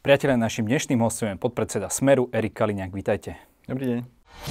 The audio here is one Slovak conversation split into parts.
Priatelia, našim dnešným hostom je podpredseda Smeru Erik Kaliňák. Vítajte. Dobrý deň.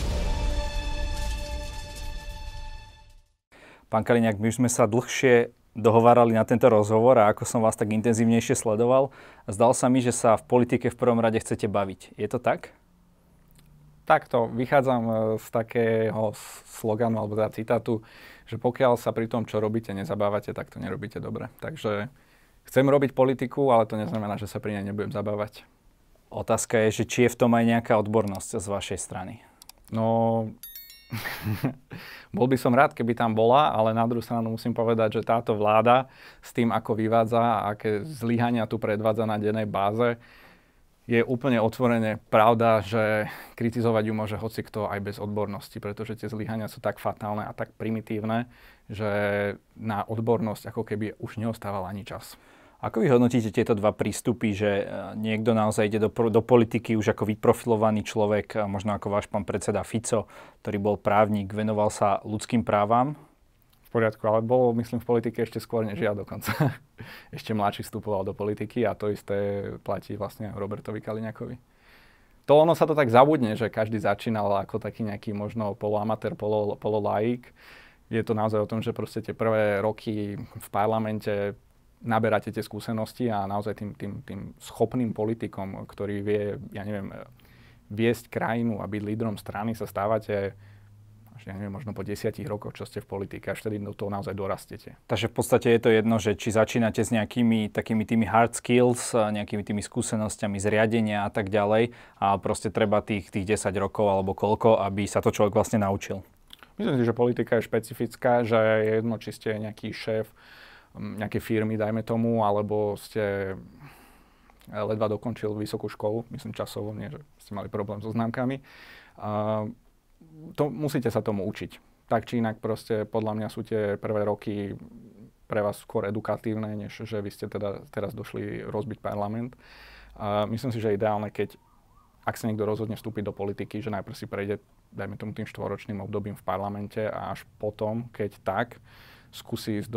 Pán Kaliňák, my už sme sa dlhšie dohovárali na tento rozhovor a ako som vás tak intenzívnejšie sledoval, zdalo sa mi, že sa v politike v prvom rade chcete baviť. Je to tak? Takto, vychádzam z takého sloganu alebo teda citátu, že pokiaľ sa pri tom, čo robíte, nezabávate, tak to nerobíte dobre. Takže chcem robiť politiku, ale to neznamená, že sa pri nej nebudem zabávať. Otázka je, že či je v tom aj nejaká odbornosť z vašej strany. No, bol by som rád, keby tam bola, ale na druhú stranu musím povedať, že táto vláda s tým, ako vyvádza a aké zlyhania tu predvádza na dennej báze, je úplne otvorene pravda, že kritizovať ju môže hocikto aj bez odbornosti, pretože tie zlyhania sú tak fatálne a tak primitívne, že na odbornosť ako keby už neostával ani čas. Ako vy hodnotíte tieto dva prístupy, že niekto naozaj ide do politiky už ako vyprofilovaný človek, možno ako váš pán predseda Fico, ktorý bol právnik, venoval sa ľudským právam? V poriadku, ale bol, myslím, v politike ešte skôr než ja dokonca. Ešte mladší vstupoval do politiky a to isté platí vlastne Robertovi Kaliňákovi. Ono sa to tak zabudne, že každý začínal ako taký nejaký možno poloamatér, pololaik. Je to naozaj o tom, že proste tie prvé roky v parlamente naberáte tie skúsenosti a naozaj tým schopným politikom, ktorý vie, viesť krajinu a byť lídrom strany, sa stávate možno po 10 rokoch, čo ste v politike, až vtedy do toho naozaj dorastete. Takže v podstate je to jedno, že či začínate s nejakými takými tými hard skills, nejakými tými skúsenosťami z riadenia a tak ďalej a proste treba tých 10 rokov alebo koľko, aby sa to človek vlastne naučil. Myslím si, že politika je špecifická, že je jedno, či ste nejaký šéf nejaké firmy, dajme tomu, alebo ste ledva dokončil vysokú školu, myslím časovo, nie, že ste mali problém so známkami. Musíte sa tomu učiť. Tak či inak proste, podľa mňa sú tie prvé roky pre vás skôr edukatívne, než že vy ste teda teraz došli rozbiť parlament. Myslím si, že je ideálne, ak sa niekto rozhodne vstúpiť do politiky, že najprv si prejde, dajme tomu tým 4-ročným obdobím v parlamente a až potom, keď tak, skúsi ísť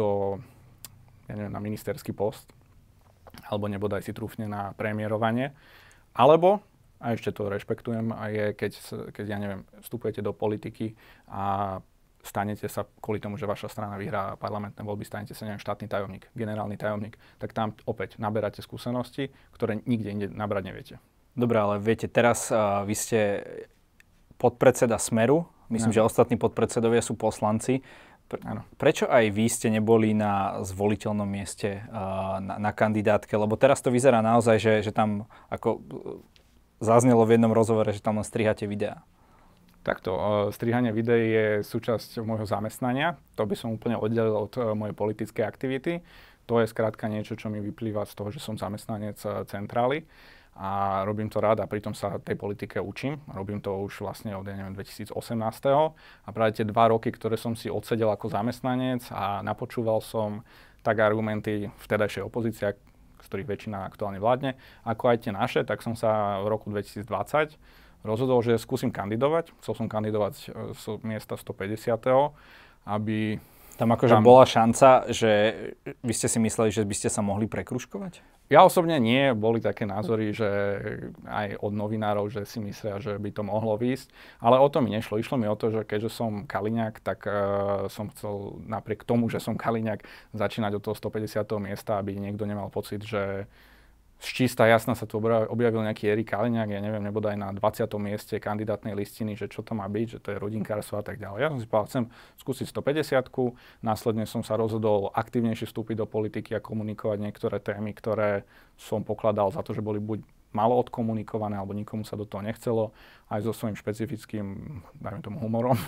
na ministerský post, alebo nebodaj si trúfne na premiérovanie. Alebo, a ešte to rešpektujem, je keď vstupujete do politiky a stanete sa, kvôli tomu, že vaša strana vyhrá parlamentné voľby, stanete sa štátny tajomník, generálny tajomník, tak tam opäť naberáte skúsenosti, ktoré nikde inde nabrať neviete. Dobre, ale viete, teraz vy ste podpredseda Smeru, myslím, že ostatní podpredsedovia sú poslanci. Prečo aj vy ste neboli na zvoliteľnom mieste na kandidátke? Lebo teraz to vyzerá naozaj, že tam, ako zaznelo v jednom rozhovore, že tam len strihate videá. Takto, strihanie videí je súčasť môjho zamestnania. To by som úplne oddelil od mojej politickej aktivity. To je skrátka niečo, čo mi vyplýva z toho, že som zamestnanec centrály. A robím to rád a pritom sa tej politike učím. Robím to už vlastne od 2018. A práve tie 2 roky, ktoré som si odsedel ako zamestnanec a napočúval som tak argumenty vtedajšej opozície, z ktorých väčšina aktuálne vládne, ako aj tie naše, tak som sa v roku 2020 rozhodol, že skúsim kandidovať. Chcel som kandidovať z miesta 150. aby... Tam akože bola šanca, že vy ste si mysleli, že by ste sa mohli prekružkovať? Ja osobne nie. Boli také názory, že aj od novinárov, že si myslia, že by to mohlo výjsť. Ale o to mi nešlo. Išlo mi o to, že keďže som Kaliňák, tak som chcel napriek tomu, že som Kaliňák, začínať od toho 150. miesta, aby niekto nemal pocit, že čistá jasná sa tu objavil nejaký Erik Kaliňák, nebodaj na 20. mieste kandidátnej listiny, že čo to má byť, že to je rodinkárstvo a tak ďalej. Ja som si povedal, chcem skúsiť 150-ku, následne som sa rozhodol aktívnejšie vstúpiť do politiky a komunikovať niektoré témy, ktoré som pokladal za to, že boli buď malo odkomunikované, alebo nikomu sa do toho nechcelo, aj so svojím špecifickým, dajme tomu, humorom.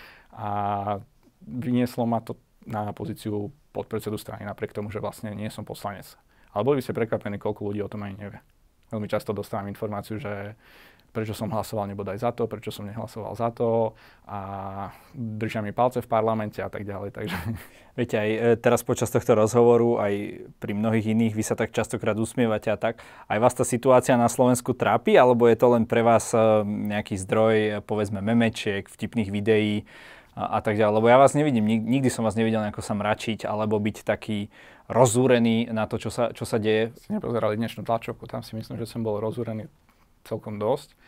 A vynieslo ma to na pozíciu podpredsedu strany, napriek tomu, že vlastne nie som poslanec. Ale boli by ste prekvapení, koľko ľudí o tom ani nevie. Veľmi často dostávam informáciu, že prečo som hlasoval nebodaj za to, prečo som nehlasoval za to a držia mi palce v parlamente a tak ďalej. Takže... Viete, aj teraz počas tohto rozhovoru, aj pri mnohých iných, vy sa tak častokrát usmievate a tak. Aj vás tá situácia na Slovensku trápi, alebo je to len pre vás nejaký zdroj, povedzme, memečiek, vtipných videí, a tak ďalej. Lebo ja vás nevidím, nikdy som vás nevidel nejako sa mračiť alebo byť taký rozúrený na to, čo sa deje. Si nepozerali dnešnú tlačovku, tam si myslím, že som bol rozúrený celkom dosť.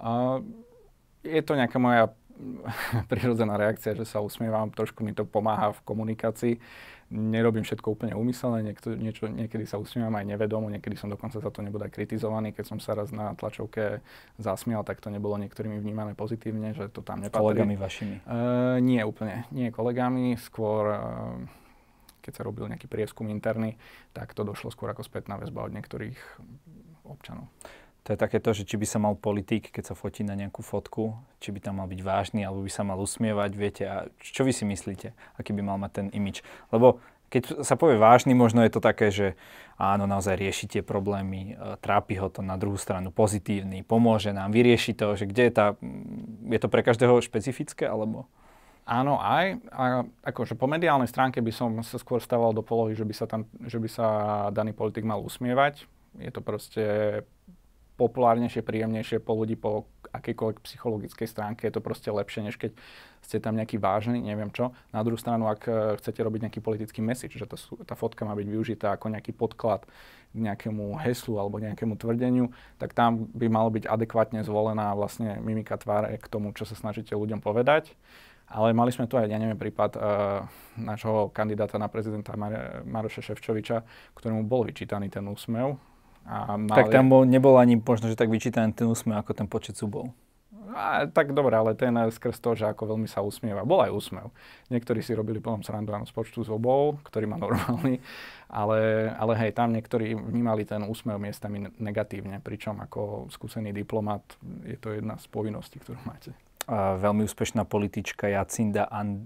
Je to nejaká moja prirodzená reakcia, že sa usmievam, trošku mi to pomáha v komunikácii. Nerobím všetko úplne úmyselne, niekedy sa usmievam aj nevedomo, niekedy som dokonca za to nebude kritizovaný. Keď som sa raz na tlačovke zasmial, tak to nebolo niektorými vnímané pozitívne, že to tam nepatrí. Kolegami vašimi? Nie úplne, nie kolegami, skôr keď sa robil nejaký prieskum interný, tak to došlo skôr ako spätná väzba od niektorých občanov. To je takéto, že či by sa mal politik, keď sa fotí na nejakú fotku, či by tam mal byť vážny, alebo by sa mal usmievať, viete, a čo vy si myslíte, aký by mal mať ten imidž? Lebo keď sa povie vážny, možno je to také, že áno, naozaj rieši tie problémy, trápi ho to, na druhú stranu pozitívny, pomôže nám, vyrieši to, že kde je to pre každého špecifické, alebo? Áno, aj. A akože po mediálnej stránke by som sa skôr stával do polohy, že by sa daný politik mal usmievať. Je to proste populárnejšie, príjemnejšie po ľudí po akejkoľvek psychologickej stránke. Je to proste lepšie, než keď ste tam nejaký vážny, neviem čo. Na druhú stranu, ak chcete robiť nejaký politický message, že tá fotka má byť využitá ako nejaký podklad k nejakému heslu alebo nejakému tvrdeniu, tak tam by malo byť adekvátne zvolená vlastne mimika tváre k tomu, čo sa snažíte ľuďom povedať. Ale mali sme tu aj, ja neviem, prípad nášho kandidáta na prezidenta Maroša Šefčoviča, ktorému bol vyčítaný ten úsmev. Tak tam nebol ani možno, že tak vyčítaný ten úsmev, ako ten počet zubov. Tak dobre, ale ten skrz to, že ako veľmi sa usmieva. Bol aj úsmev. Niektorí si robili plnom srandu z počtu zubov, ktorý má normálny, ale hej, tam niektorí vnímali ten úsmev miestami negatívne, pričom ako skúsený diplomat je to jedna z povinností, ktorú máte. Veľmi úspešná politička Jacinda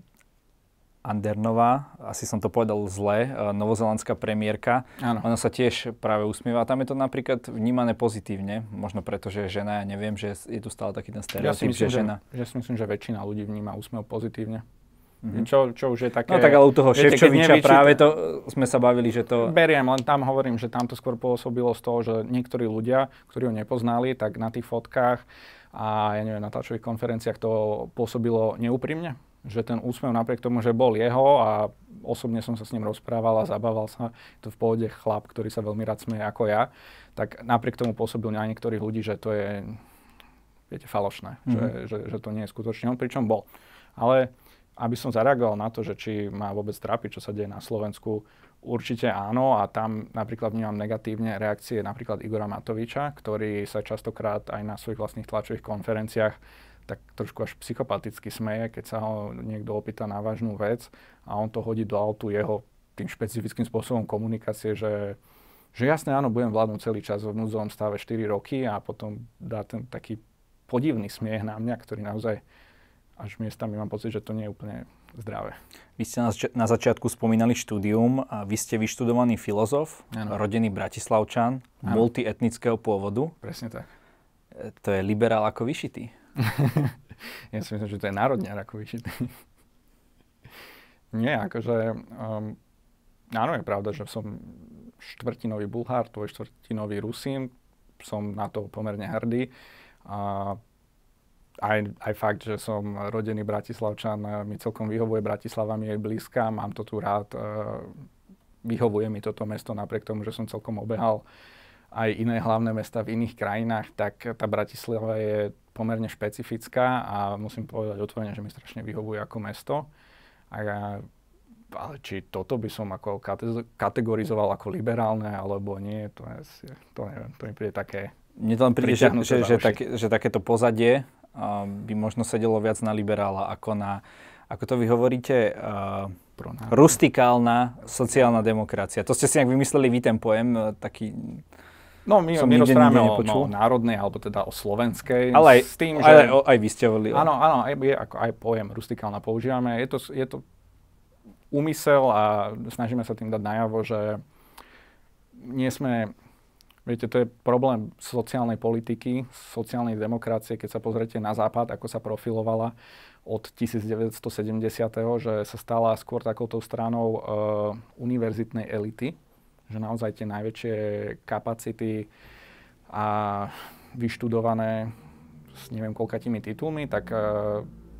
Andernová, asi som to povedal zle, novozelandská premiérka. Áno. Ona sa tiež práve usmieva. Tam je to napríklad vnímané pozitívne, možno preto, že je žena, ja neviem, že je tu stále taký ten stereotyp, že žena. Ja si myslím, že väčšina ľudí vníma úsmev pozitívne. Mm-hmm. Čo už je také... No tak ale u toho Šefčoviča práve to sme sa bavili, že to... Beriem, len tam hovorím, že tam to skôr pôsobilo z toho, že niektorí ľudia, ktorí ho nepoznali, tak na tých fotkách a ja neviem, na tlačových konferenciách to pôsobilo neúprimne. Že ten úsmev napriek tomu, že bol jeho a osobne som sa s ním rozprával a zabával sa, to v pohode chlap, ktorý sa veľmi rád smeje ako ja, tak napriek tomu pôsobil na niektorých ľudí, že to je, viete, falošné, že to nie je skutočne on, pričom bol. Ale aby som zareagoval na to, že či ma vôbec trápi, čo sa deje na Slovensku, určite áno a tam napríklad vnímam negatívne reakcie napríklad Igora Matoviča, ktorý sa častokrát aj na svojich vlastných tlačových konferenciách tak trošku až psychopaticky smeje, keď sa ho niekto opýta na vážnu vec a on to hodí do autu jeho tým špecifickým spôsobom komunikácie, že jasne áno, budem vládnuť celý čas v núdzovom stave 4 roky a potom dá ten taký podivný smiech na mňa, ktorý naozaj až miestami mám pocit, že to nie je úplne zdravé. Vy ste na začiatku spomínali štúdium a vy ste vyštudovaný filozof, rodený Bratislavčan, multietnického pôvodu. Presne tak. To je liberál ako vyšitý. Ja si myslím, že to je národňar ako vyšitý. Nie, akože... áno, je pravda, že som štvrtinový Bulhár, tvoj štvrtinový Rusín. Som na to pomerne hrdý. Aj fakt, že som rodený Bratislavčan, mi celkom vyhovuje, Bratislava mi je blízka, mám to tu rád. Vyhovuje mi toto mesto napriek tomu, že som celkom obehal aj iné hlavné mesta v iných krajinách, tak tá Bratislava je pomerne špecifická a musím povedať otvorene, že mi strašne vyhovuje ako mesto. Ale či toto by som ako kategorizoval ako liberálne, alebo nie, to neviem, to mi príde také... Mne to len príde, že takéto pozadie by možno sedelo viac na liberála ako na, ako to vy hovoríte, rustikálna sociálna demokracia. To ste si nejak vymysleli vy ten pojem, taký... No, my rozprávame o národnej, alebo teda o slovenskej. Ale s tým, že... aj vy ste hovorili. Áno, aj pojem rustikálna používame. Je to úmysel a snažíme sa tým dať najavo, že nie sme... Viete, to je problém sociálnej politiky, sociálnej demokracie, keď sa pozriete na západ, ako sa profilovala od 1970., že sa stala skôr takouto stranou univerzitnej elity, že naozaj tie najväčšie kapacity a vyštudované s neviem koľkatými titulmi, tak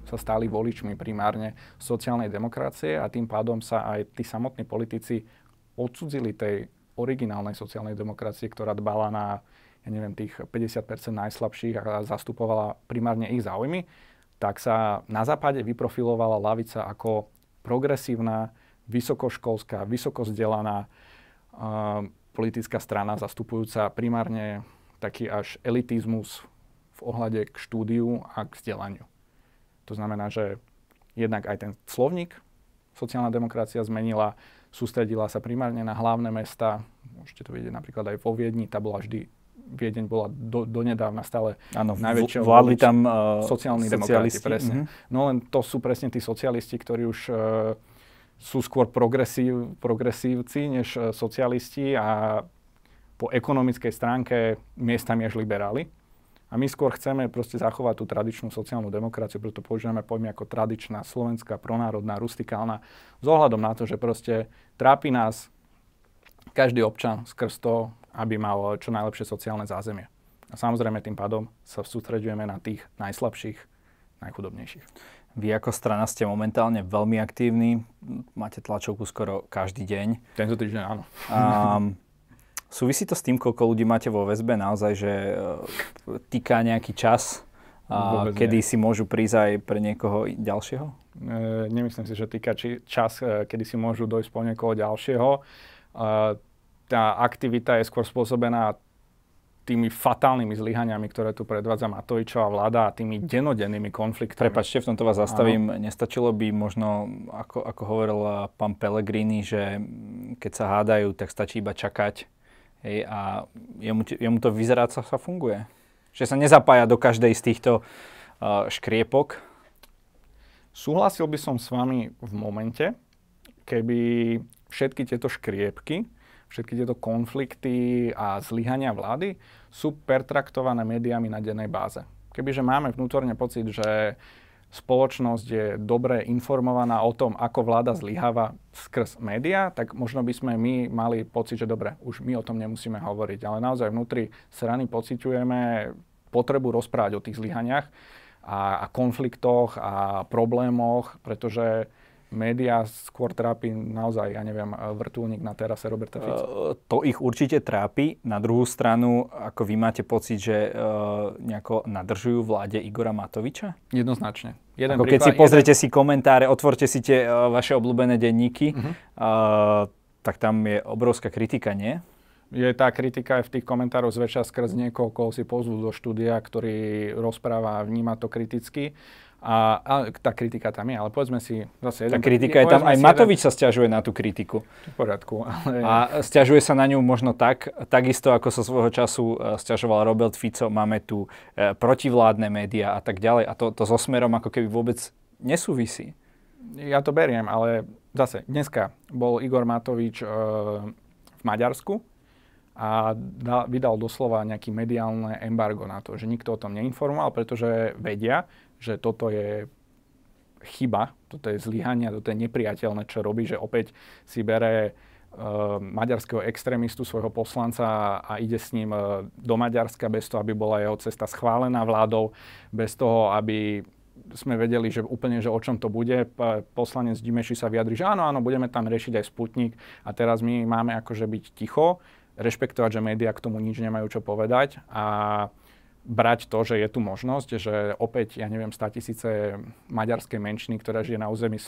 sa stali voličmi primárne sociálnej demokracie a tým pádom sa aj tí samotní politici odcudzili tej originálnej sociálnej demokracie, ktorá dbala na, tých 50% najslabších a zastupovala primárne ich záujmy, tak sa na západe vyprofilovala ľavica ako progresívna, vysokoškolská, vysokozdelaná politická strana zastupujúca primárne taký až elitizmus v ohľade k štúdiu a k vzdelaniu. To znamená, že jednak aj ten slovník sociálna demokracia zmenila, sústredila sa primárne na hlavné mesta. Môžete to vidieť napríklad aj vo Viedni. Viedeň bola donedávna stále najväčšou vládli tam sociálni demokrati. Presne. No len to sú presne tí socialisti, ktorí už sú skôr progresívci než socialisti a po ekonomickej stránke miestami až liberáli. A my skôr chceme proste zachovať tú tradičnú sociálnu demokraciu, preto používame pojmy ako tradičná, slovenská, pronárodná, rustikálna, s ohľadom na to, že proste trápi nás každý občan skrz to, aby mal čo najlepšie sociálne zázemie. A samozrejme tým pádom sa sústreďujeme na tých najslabších, najchudobnejších. Vy ako strana ste momentálne veľmi aktívni, máte tlačovku skoro každý deň. Tento týždeň áno. Súvisí to s tým, koľko ľudí máte vo väzbe, naozaj, že týka nejaký čas, kedy si môžu prísť aj pre niekoho ďalšieho? Nemyslím si, že týka čas, kedy si môžu dojsť po niekoho ďalšieho. Tá aktivita je skôr spôsobená tými fatálnymi zlyhaniami, ktoré tu predvádza Matovičová vláda a tými denodennými konfliktami. Prepáčte, v tomto vás zastavím. Áno. Nestačilo by možno, ako hovoril pán Pellegrini, že keď sa hádajú, tak stačí iba čakať. Hej, a jemu to vyzerá, sa funguje. Že sa nezapája do každej z týchto škriepok. Súhlasil by som s vami v momente, keby všetky tieto škriepky, všetky tieto konflikty a zlyhania vlády sú pertraktované médiami na dennej báze. Kebyže máme vnútorne pocit, že spoločnosť je dobre informovaná o tom, ako vláda zlyháva skrz médiá, tak možno by sme my mali pocit, že dobre, už my o tom nemusíme hovoriť. Ale naozaj vnútri strany pociťujeme potrebu rozprávať o tých zlyhaniach a konfliktoch a problémoch, pretože médiá skôr trápi naozaj, vrtuľník na terase Roberta Fica. To ich určite trápi. Na druhú stranu, ako vy máte pocit, že nejako nadržujú vláde Igora Matoviča? Jednoznačne. Keď si pozriete si komentáre, otvorte si tie vaše obľúbené denníky, tak tam je obrovská kritika, nie? Je tá kritika aj v tých komentároch zväčša skrz niekoho, koho si pozvú do štúdia, ktorý rozpráva a vníma to kriticky. A tá kritika tam je, ale povedzme si zase jeden... Tá kritika je tam, aj Matovič sa sťažuje na tú kritiku. V poriadku, ale... A sťažuje sa na ňu možno takisto, ako sa svojho času sťažoval Robert Fico, máme tu protivládne médiá a tak ďalej. A to so Smerom ako keby vôbec nesúvisí. Ja to beriem, ale zase dneska bol Igor Matovič v Maďarsku a vydal doslova nejaký mediálne embargo na to, že nikto o tom neinformoval, pretože vedia, že toto je chyba, toto je zlyhanie, toto je nepriateľné, čo robí, že opäť si bere maďarského extrémistu, svojho poslanca a ide s ním do Maďarska bez toho, aby bola jeho cesta schválená vládou, bez toho, aby sme vedeli, že úplne, že o čom to bude. Poslanec Dimeši sa vyjadri, že áno, budeme tam riešiť aj Sputnik a teraz my máme akože byť ticho, rešpektovať, že médiá k tomu nič nemajú čo povedať a brať to, že je tu možnosť, že opäť, 100 000 maďarskej menšiny, ktorá žije na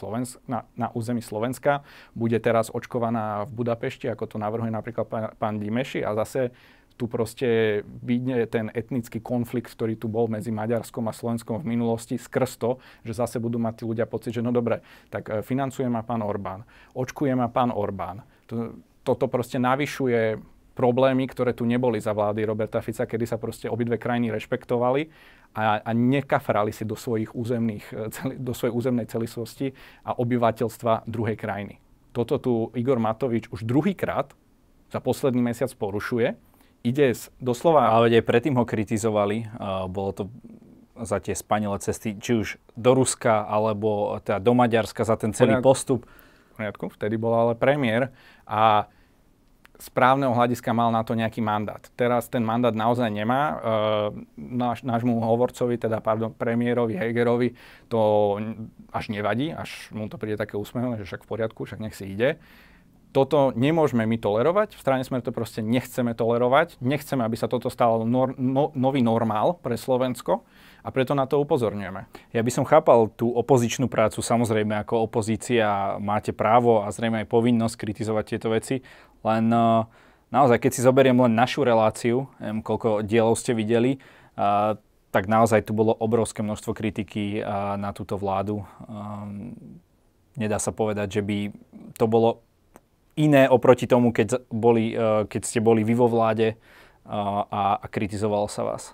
území Slovenska, bude teraz očkovaná v Budapešti, ako to navrhuje napríklad pán Dimeši a zase tu proste vidne ten etnický konflikt, ktorý tu bol medzi Maďarskom a Slovenskom v minulosti skrz to, že zase budú mať tí ľudia pocit, že no dobre, tak financuje ma pán Orbán, očkuje ma pán Orbán. Toto proste navyšuje problémy, ktoré tu neboli za vlády Roberta Fica, kedy sa proste obidve krajiny rešpektovali a nekafrali si do svojej územnej celistvosti a obyvateľstva druhej krajiny. Toto tu Igor Matovič už druhýkrát za posledný mesiac porušuje. Ide doslova... Ale aj predtým ho kritizovali. Bolo to za tie spanilé cesty, či už do Ruska, alebo teda do Maďarska za ten celý postup. V poriadku, vtedy bol ale premiér a správneho hľadiska mal na to nejaký mandát. Teraz ten mandát naozaj nemá. Nášmu hovorcovi, premiérovi Hegerovi to až nevadí, až mu to príde také úsmevné, že však v poriadku, však nech si ide. Toto nemôžeme my tolerovať. V strane Smer to proste nechceme tolerovať. Nechceme, aby sa toto stalo nový normál pre Slovensko a preto na to upozorňujeme. Ja by som chápal tú opozičnú prácu. Samozrejme, ako opozícia máte právo a zrejme aj povinnosť kritizovať tieto veci. Len naozaj, keď si zoberiem len našu reláciu, koľko dielov ste videli, tak naozaj tu bolo obrovské množstvo kritiky na túto vládu. Nedá sa povedať, že by to bolo iné oproti tomu, keď ste boli vy vo vláde a kritizovalo sa vás.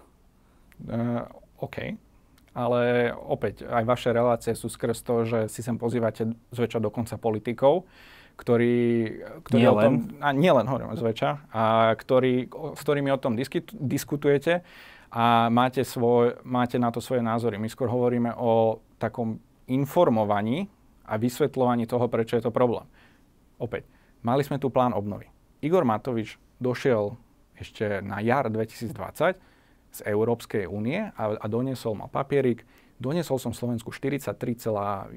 OK. Ale opäť, aj vaše relácie sú skrz to, že si sem pozývate zväčša dokonca politikov, ktorí o tom, nielen hovorím zväčša, s ktorými o tom diskutujete a máte na to svoje názory. My skôr hovoríme o takom informovaní a vysvetľovaní toho, prečo je to problém. Opäť, mali sme tu plán obnovy. Igor Matovič došiel ešte na jar 2020 z Európskej únie a mal papierik. Doniesol som Slovensku 43,1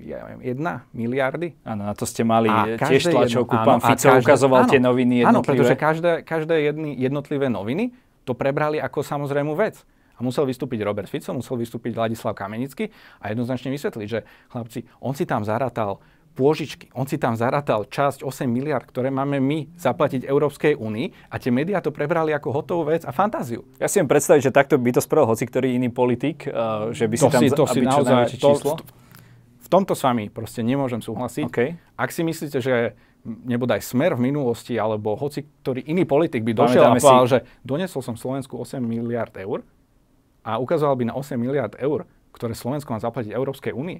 miliardy. Áno, na to ste mali tiež tlačovku. Pán Fico ukazoval tie noviny jednotlivé. Áno, pretože každé jednotlivé noviny to prebrali ako samozrejmú vec. A musel vystúpiť Robert Fico, musel vystúpiť Ladislav Kamenický a jednoznačne vysvetliť, že chlapci, on si tam zarátal pôžičky, on si tam zarátal časť 8 miliard, ktoré máme my zaplatiť Európskej únii a tie médiá to prebrali ako hotovú vec a fantáziu. Ja si viem predstaviť, že takto by to spravil hoci ktorý iný politik, že by si tam naozaj číslo. V tomto s vami proste nemôžem súhlasiť. Okay. Ak si myslíte, že nebodaj Smer v minulosti alebo hoci ktorý iný politik by došiel a povedal, že doniesol som Slovensku 8 miliard eur a ukazoval by na 8 miliard eur, ktoré Slovensko má zaplatiť Európskej únii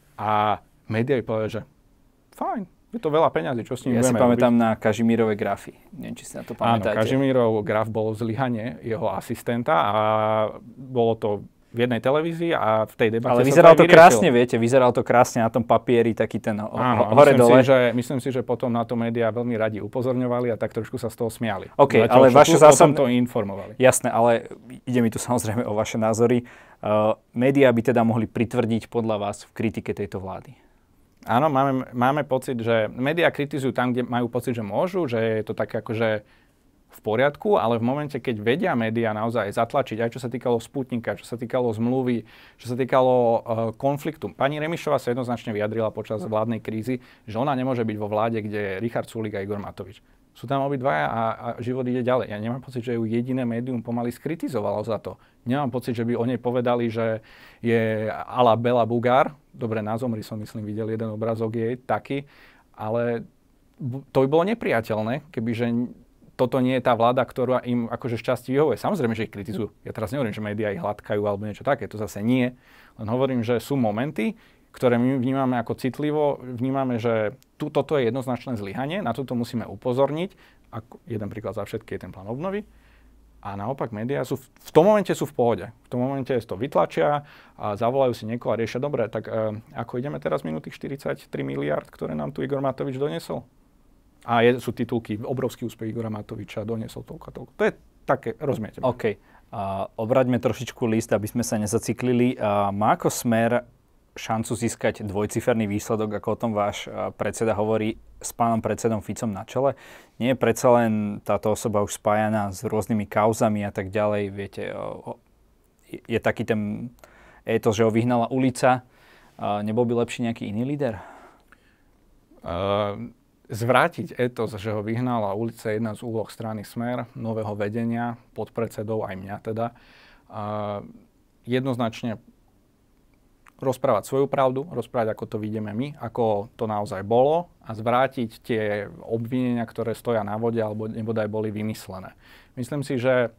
a médiá by povedali, že fajn, je to veľa peňazí, čo s ním budeme robiť. Ja si pamätám na Kažimírove grafy. Neviem, či si na to pamätáte. Áno, Kažimírov graf bol zlyhanie jeho asistenta a bolo to v jednej televízii a v tej debate ale vyzeralo to krásne, viete, vyzeralo to krásne na tom papieri, taký ten hore-dole. Myslím si, že potom na to médiá veľmi radi upozorňovali a tak trošku sa z toho smiali. OK, ale vaše zásadné... to informovali. Jasné, ale ide mi tu samozrejme o vaše názory. Médiá by teda mohli pritvrdiť podľa vás v kritike tejto vlády? Áno, máme pocit, že médiá kritizujú tam, kde majú pocit, že môžu, že je to také akože v poriadku, ale v momente, keď vedia médiá naozaj zatlačiť, aj čo sa týkalo Sputnika, čo sa týkalo zmluvy, čo sa týkalo konfliktu. Pani Remišová sa jednoznačne vyjadrila počas vládnej krízy, že ona nemôže byť vo vláde, kde je Richard Sulík a Igor Matovič. Sú tam obidvaja a život ide ďalej. Ja nemám pocit, že ju jediné médium pomaly skritizovalo za to. Nemám pocit, že by o nej povedali, že je a la Bela Bugár. Dobre, na Zomri som, myslím, videl jeden obrazok jej taký, ale to by bolo nepriateľné, kebyže toto nie je tá vláda, ktorá im akože šťastí vyhovuje. Samozrejme, že ich kritizujú. Ja teraz nehovorím, že médiá ich hladkajú alebo niečo také. To zase nie. Len hovorím, že sú momenty, ktoré my vnímame ako citlivo. Vnímame, že toto je jednoznačné zlyhanie. Na toto musíme upozorniť. Jeden príklad za všetky je ten plán obnovy. A naopak médiá sú v tom momente sú v pohode. V tom momente to vytlačia a zavolajú si niekoho a riešia. Dobre, tak ako ideme teraz minútych 43 miliard, ktoré nám tu Igor Matovič doniesol? A sú titulky, obrovský úspech Igora Matoviča, doniesol toľko a toľko. To je také, rozumiete. OK. Obraťme trošičku list, aby sme sa nezaciklili. Má ako Smer šancu získať dvojciferný výsledok, ako o tom váš predseda hovorí, s pánom predsedom Ficom na čele? Nie je predsa len táto osoba už spájaná s rôznymi kauzami a tak ďalej? Viete, je taký ten étos, že ho vyhnala ulica. Nebol by lepší nejaký iný líder? Zvrátiť etos, že ho vyhnala ulica, je jedna z úloh strany Smer, nového vedenia, podpredsedov, aj mňa teda. Jednoznačne rozprávať svoju pravdu, rozprávať, ako to vidíme my, ako to naozaj bolo a zvrátiť tie obvinenia, ktoré stoja na vode alebo nebodaj boli vymyslené. Myslím si, že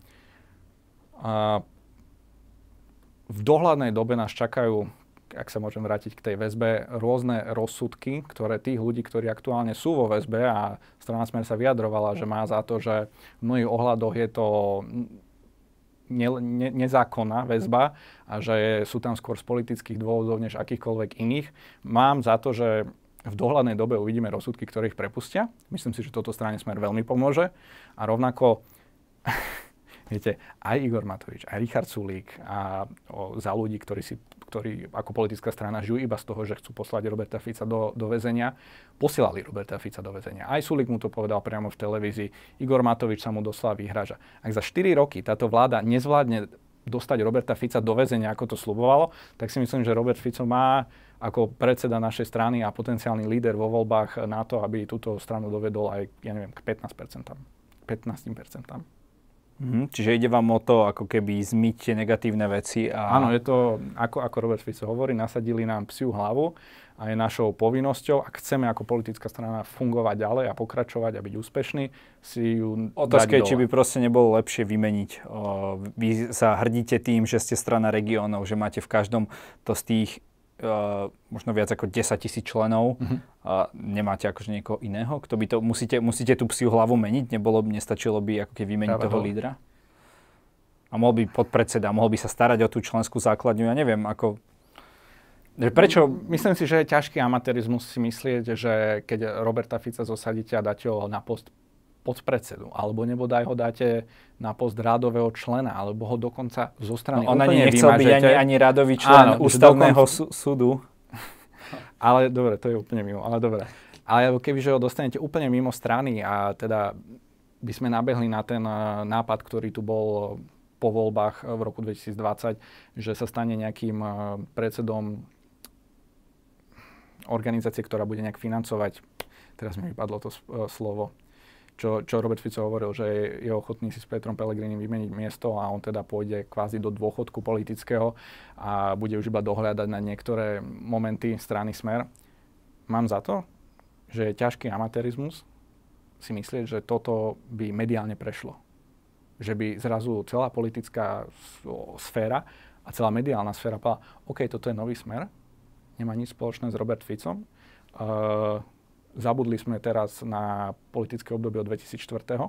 v dohľadnej dobe nás čakajú, ak sa môžem vrátiť k tej väzbe, rôzne rozsudky, ktoré tých ľudí, ktorí aktuálne sú vo väzbe, a strana Smer sa vyjadrovala, že má za to, že v mnohých ohľadoch je to nezákonná väzba a že sú tam skôr z politických dôvodov než akýchkoľvek iných. Mám za to, že v dohľadnej dobe uvidíme rozsudky, ktoré ich prepustia. Myslím si, že toto strane Smer veľmi pomôže. A rovnako, viete, aj Igor Matovič, aj Richard Sulík a Za ľudí, ktorí ako politická strana žijú iba z toho, že chcú poslať Roberta Fica do väzenia, posielali Roberta Fica do väzenia. Aj Sulík mu to povedal priamo v televízii. Igor Matovič sa mu doslova vyhráža. Ak za 4 roky táto vláda nezvládne dostať Roberta Fica do väzenia, ako to sľubovalo, tak si myslím, že Robert Fico má ako predseda našej strany a potenciálny líder vo voľbách na to, aby túto stranu dovedol aj, ja neviem, k 15%. Čiže ide vám o to, ako keby zmyť tie negatívne veci. Áno, je to, ako Robert Fico hovorí, nasadili nám psiu hlavu a je našou povinnosťou, ak chceme ako politická strana fungovať ďalej a pokračovať a byť úspešní, si ju otázka je, či by proste nebolo lepšie vymeniť. Vy sa hrdíte tým, že ste strana regiónov, že máte v každom to z tých možno viac ako 10 000 členov. Nemáte akože niekoho iného? Kto by to, musíte tú psiu hlavu meniť? Nestačilo by ako keď vymeniť toho lídra? A mohol by podpredseda, mohol by sa starať o tú členskú základňu? Ja neviem, ako... Prečo? Myslím si, že je ťažký amatérizmus si myslieť, že keď Roberta Fica zosadíte a dáte ho na post podpredsedu, alebo nebodaj ho dáte na post rádového člena, alebo ho dokonca zo strany ona úplne nechcel byť ani rádový člen ústavného súdu. Ale dobre, to je úplne mimo, ale dobre. Ale kebyže ho dostanete úplne mimo strany a teda by sme nabehli na ten nápad, ktorý tu bol po voľbách v roku 2020, že sa stane nejakým predsedom organizácie, ktorá bude nejak financovať, teraz mi vypadlo to slovo, čo Robert Fico hovoril, že je ochotný si s Petrom Pellegrinim vymeniť miesto a on teda pôjde kvázi do dôchodku politického a bude už iba dohľadať na niektoré momenty strany Smer. Mám za to, že je ťažký amatérizmus si myslieť, že toto by mediálne prešlo. Že by zrazu celá politická sféra a celá mediálna sféra povedala, OK, toto je nový Smer, nemá nič spoločné s Robert Ficom. Zabudli sme teraz na politické obdobie od 2004.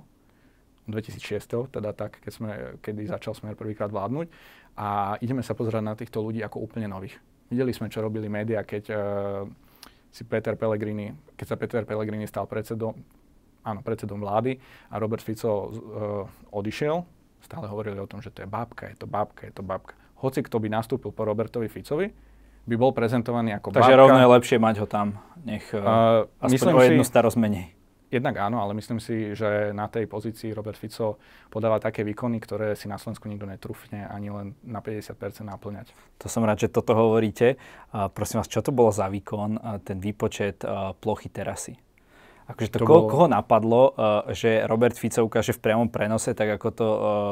2006. Teda tak, kedy začal Smer prvýkrát vládnuť. A ideme sa pozerať na týchto ľudí ako úplne nových. Videli sme, čo robili médiá, keď sa Peter Pellegrini stal predsedom vlády a Robert Fico odišiel. Stále hovorili o tom, že to je babka, je to babka. Hoci kto by nastúpil po Robertovi Ficovi, by bol prezentovaný ako babka. Takže rovno je lepšie mať ho tam. Nech aspoň o jednu starosť menej. Jednak áno, ale myslím si, že na tej pozícii Robert Fico podáva také výkony, ktoré si na Slovensku nikto netrúfne ani len na 50% naplňať. To som rád, že toto hovoríte. Prosím vás, čo to bolo za výkon, ten výpočet plochy terasy? Akože koho napadlo, že Robert Fico ukáže v priamom prenose, tak ako to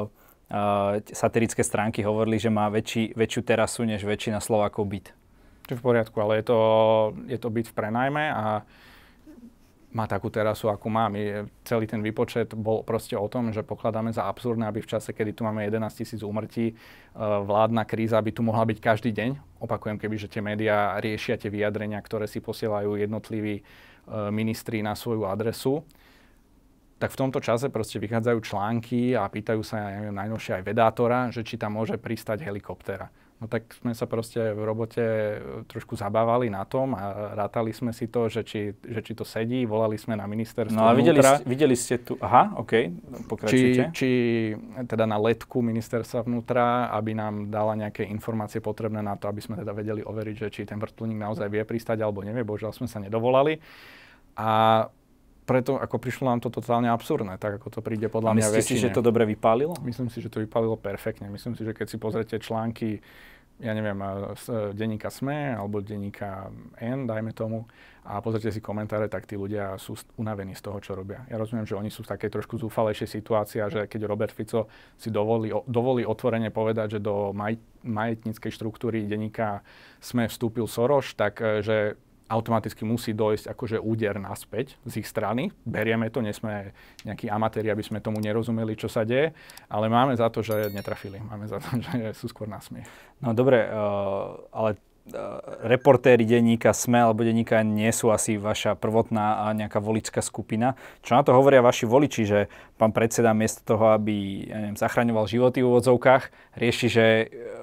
satirické stránky hovorili, že má väčšiu terasu než väčšina Slovákov byt. To je v poriadku, ale je to byt v prenajme a má takú terasu, akú má. Celý ten výpočet bol proste o tom, že pokladáme za absurdné, aby v čase, kedy tu máme 11 000 úmrtí, vládna kríza by tu mohla byť každý deň. Opakujem, kebyže tie médiá riešia tie vyjadrenia, ktoré si posielajú jednotliví ministri na svoju adresu, tak v tomto čase proste vychádzajú články a pýtajú sa, ja neviem, najnovšie aj vedátora, že či tam môže pristať helikoptéra. No tak sme sa proste v robote trošku zabávali na tom a rátali sme si to, že či to sedí, volali sme na ministerstvo vnútra. Videli ste tu, pokračujte. Či teda na letku ministerstva vnútra, aby nám dala nejaké informácie potrebné na to, aby sme teda vedeli overiť, že či ten vrtuľník naozaj vie pristať alebo nevie, bohužiaľ sme sa nedovolali. A preto ako prišlo nám to totálne absurdné, tak ako to príde podľa mňa väčšine. Myslíte si, že to dobre vypálilo? Myslím si, že to vypálilo perfektne. Myslím si, že keď si pozrete články, ja neviem, z denníka SME alebo denníka N, dajme tomu, a pozrite si komentáre, tak tí ľudia sú unavení z toho, čo robia. Ja rozumiem, že oni sú v takej trošku zúfalejšej situácii, že keď Robert Fico si dovolí otvorene povedať, že do majetníckej štruktúry denníka SME vstúpil Soros, tak že automaticky musí dojsť akože úder naspäť z ich strany. Berieme to, nie sme nejakí amatéri, aby sme tomu nerozumeli, čo sa deje, ale máme za to, že netrafili. Máme za to, že sú skôr na smiech. No dobre, ale reportéri denníka SME alebo denníka nie sú asi vaša prvotná nejaká voličská skupina. Čo na to hovoria vaši voliči, že pán predseda miesto toho, aby zachraňoval životy v úvodzovkách, rieši, že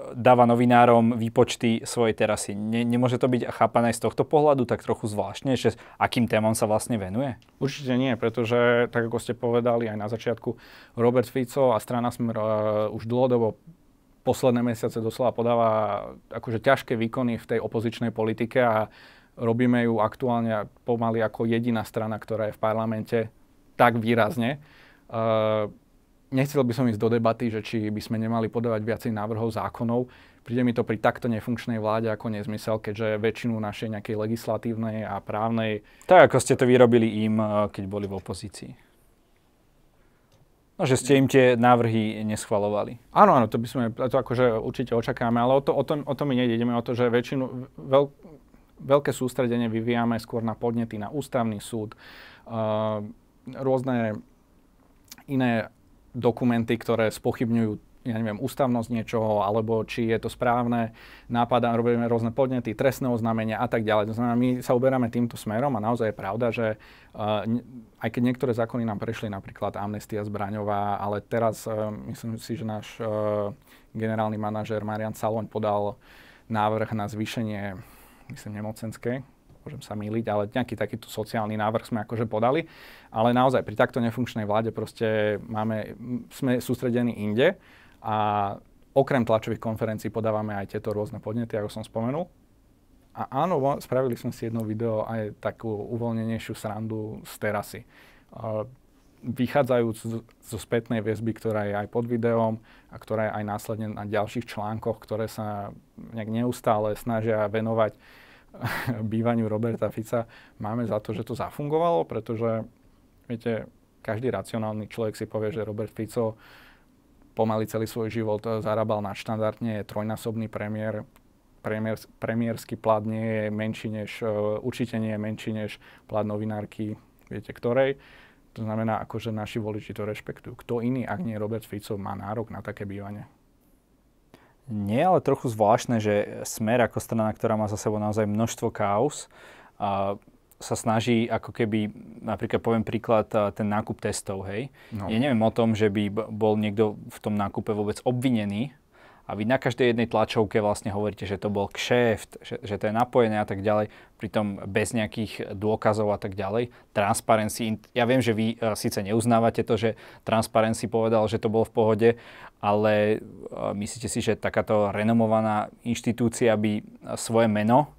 dáva novinárom výpočty svojej terasy. Nemôže to byť chápané z tohto pohľadu tak trochu zvláštne, že akým témam sa vlastne venuje? Určite nie, pretože, tak ako ste povedali aj na začiatku, Robert Fico a strana Smer už dlhodobo posledné mesiace doslova podáva akože ťažké výkony v tej opozičnej politike a robíme ju aktuálne pomaly ako jediná strana, ktorá je v parlamente tak výrazne. Nechcel by som ísť do debaty, že či by sme nemali podávať viacej návrhov zákonov. Príde mi to pri takto nefunkčnej vláde ako nezmysel, keďže väčšinu našej nejakej legislatívnej a právnej... Tak ako ste to vyrobili im, keď boli v opozícii. No, že ste im tie návrhy neschvalovali. Áno, to by sme, to akože určite očakávame, ale o to my nejde. Ideme o to, že veľké sústredenie vyvíjame skôr na podnety na ústavný súd, rôzne iné dokumenty, ktoré spochybňujú, ja neviem, ústavnosť niečoho, alebo či je to správne, robíme rôzne podnety, trestné oznámenia a tak ďalej. To znamená, my sa uberáme týmto smerom a naozaj je pravda, že aj keď niektoré zákony nám prešli, napríklad amnestia zbraňová, ale teraz myslím si, že náš generálny manažér Marian Saloň podal návrh na zvýšenie, myslím, nemocenskej, môžem sa mýliť, ale nejaký takýto sociálny návrh sme akože podali. Ale naozaj pri takto nefunkčnej vláde proste sme sústredení inde a okrem tlačových konferencií podávame aj tieto rôzne podnety, ako som spomenul. A áno, spravili sme si jedno video aj takú uvoľnenejšiu srandu z terasy. Vychádzajúc zo spätnej väzby, ktorá je aj pod videom a ktorá je aj následne na ďalších článkoch, ktoré sa nejak neustále snažia venovať bývaniu Roberta Fica, máme za to, že to zafungovalo, pretože, viete, každý racionálny človek si povie, že Robert Fico pomaly celý svoj život zarábal nadštandardne, je trojnásobný premiér, premiérsky plat nie je menší než, určite nie je menší než plat novinárky, viete ktorej. To znamená, akože naši voliči to rešpektujú. Kto iný, ak nie Robert Fico, má nárok na také bývanie? Nie, ale trochu zvláštne, že Smer ako strana, ktorá má za sebou naozaj množstvo káuz, sa snaží ako keby, napríklad poviem príklad, ten nákup testov, hej. No. Ja neviem o tom, že by bol niekto v tom nákupe vôbec obvinený a vy na každej jednej tlačovke vlastne hovoríte, že to bol kšeft, že to je napojené a tak ďalej, pritom bez nejakých dôkazov a tak ďalej. Transparency, ja viem, že vy síce neuznávate to, že Transparency povedal, že to bolo v pohode, ale myslíte si, že takáto renomovaná inštitúcia by svoje meno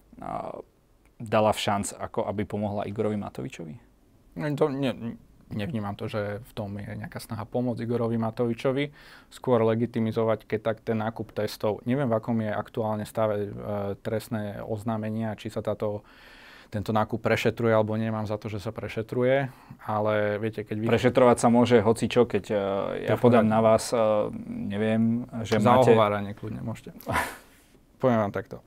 dala v šanc, ako aby pomohla Igorovi Matovičovi? Nevnímam to, že v tom je nejaká snaha pomôcť Igorovi Matovičovi. Skôr legitimizovať, keď tak ten nákup testov. Neviem, v akom je aktuálne stave trestné oznámenia, či sa tento nákup prešetruje, alebo nemám za to, že sa prešetruje. Ale viete, keď prešetrovať sa môže hocičo, keď ja podám na vás, neviem, že máte... Zahováranie kľudne môžete. Poviem vám takto.